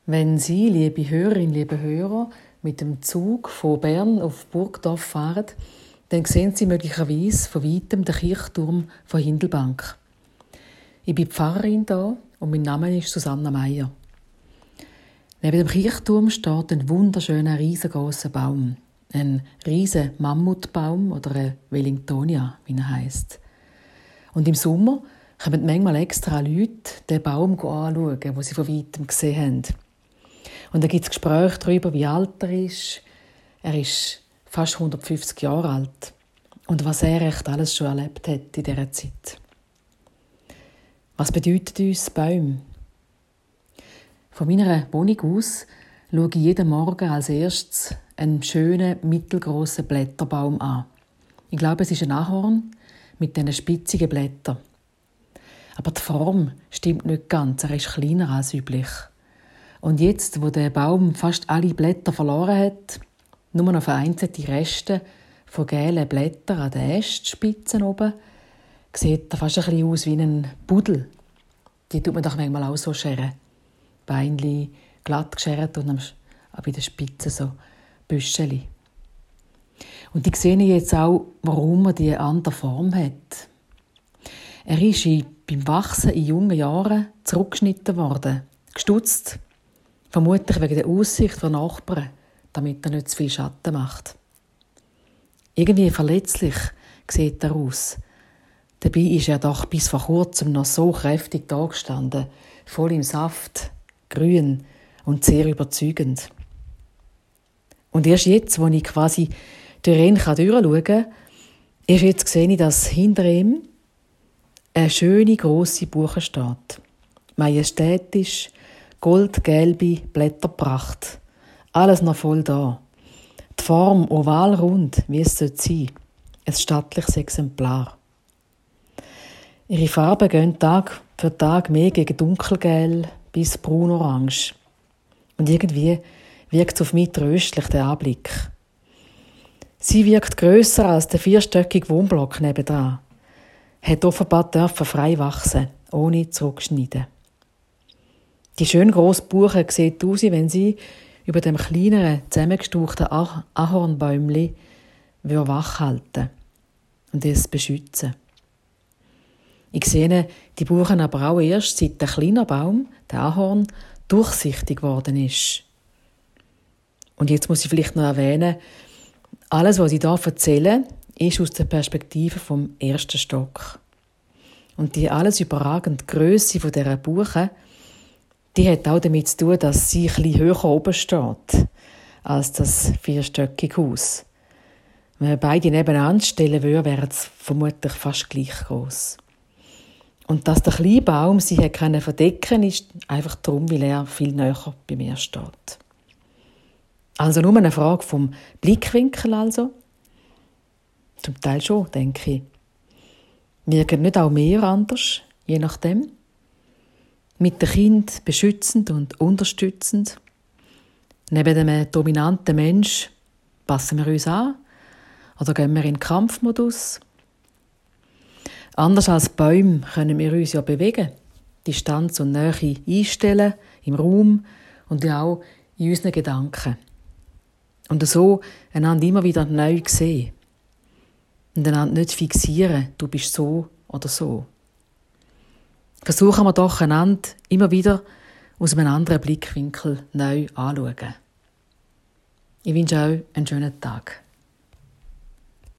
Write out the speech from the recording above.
Wenn Sie, liebe Hörerinnen, liebe Hörer, mit dem Zug von Bern auf Burgdorf fahren, dann sehen Sie möglicherweise von weitem den Kirchturm von Hindelbank. Ich bin Pfarrerin hier und mein Name ist Susanna Meier. Neben dem Kirchturm steht ein wunderschöner, riesengroßer Baum. Ein riesen Mammutbaum oder ein Wellingtonia, wie er heisst. Und im Sommer kommen manchmal extra Leute den Baum anschauen, den sie von weitem gesehen haben. Und da gibt es Gespräche darüber, wie alt er ist. Er ist fast 150 Jahre alt. Und was er echt alles schon erlebt hat in dieser Zeit. Was bedeutet uns Bäume? Von meiner Wohnung aus schaue ich jeden Morgen als erstes einen schönen, mittelgroßen Blätterbaum an. Ich glaube, es ist ein Ahorn mit diesen spitzigen Blättern. Aber die Form stimmt nicht ganz, er ist kleiner als üblich. Und jetzt, wo der Baum fast alle Blätter verloren hat, nur noch vereinzelte Reste von gelben Blättern an den Ästspitzen oben, sieht er fast ein bisschen aus wie ein Pudel. Die tut man doch manchmal auch so scheren. Beinli glatt geschert und bei den Spitzen so Büscheli. Und ich sehe jetzt auch, warum er diese andere Form hat. Er ist beim Wachsen in jungen Jahren zurückgeschnitten worden, gestutzt, vermutlich wegen der Aussicht der Nachbarn, damit er nicht zu viel Schatten macht. Irgendwie verletzlich sieht er aus. Dabei ist er doch bis vor kurzem noch so kräftig dagestanden, voll im Saft, grün und sehr überzeugend. Und erst jetzt, wo ich quasi durch ihn durchschauen kann, erst jetzt sehe ich, dass hinter ihm eine schöne, grosse Buche steht. Majestätisch, goldgelbe Blätterpracht. Alles noch voll da. Die Form ovalrund, wie es sein sollte. Ein stattliches Exemplar. Ihre Farben gehen Tag für Tag mehr gegen dunkelgelb bis braunorange. Und irgendwie wirkt es auf mich tröstlich, der Anblick. Sie wirkt grösser als der vierstöckige Wohnblock nebenan. Hat offenbar dürfen frei wachsen, ohne zurückschneiden. Die schön grosse Buche sieht aus, wenn sie über dem kleineren, zusammengestauchten Ahornbäumli wach halten und es beschützen. Ich sehe die Buchen aber auch erst, seit der kleine Baum, der Ahorn, durchsichtig geworden ist. Und jetzt muss ich vielleicht noch erwähnen, alles, was ich hier erzähle, ist aus der Perspektive vom ersten Stock. Und die alles überragende Grösse dieser Buche, die hat auch damit zu tun, dass sie ein bisschen höher oben steht als das vierstöckige Haus. Wenn wir beide nebeneinander stellen würden, wären sie vermutlich fast gleich gross. Und dass der kleine Baum sich verdecken konnte, ist einfach darum, weil er viel näher bei mir steht. Also nur eine Frage vom Blickwinkel also. Zum Teil schon, denke ich. Wirken nicht auch mehr anders, je nachdem? Mit dem Kind beschützend und unterstützend. Neben dem dominanten Mensch passen wir uns an oder gehen wir in den Kampfmodus. Anders als Bäume können wir uns ja bewegen, Distanz und Nähe einstellen, im Raum und auch in unseren Gedanken. Und so einander immer wieder neu sehen. Und einander nicht fixieren, du bist so oder so. Versuchen wir doch einander immer wieder aus einem anderen Blickwinkel neu anzuschauen. Ich wünsche euch einen schönen Tag.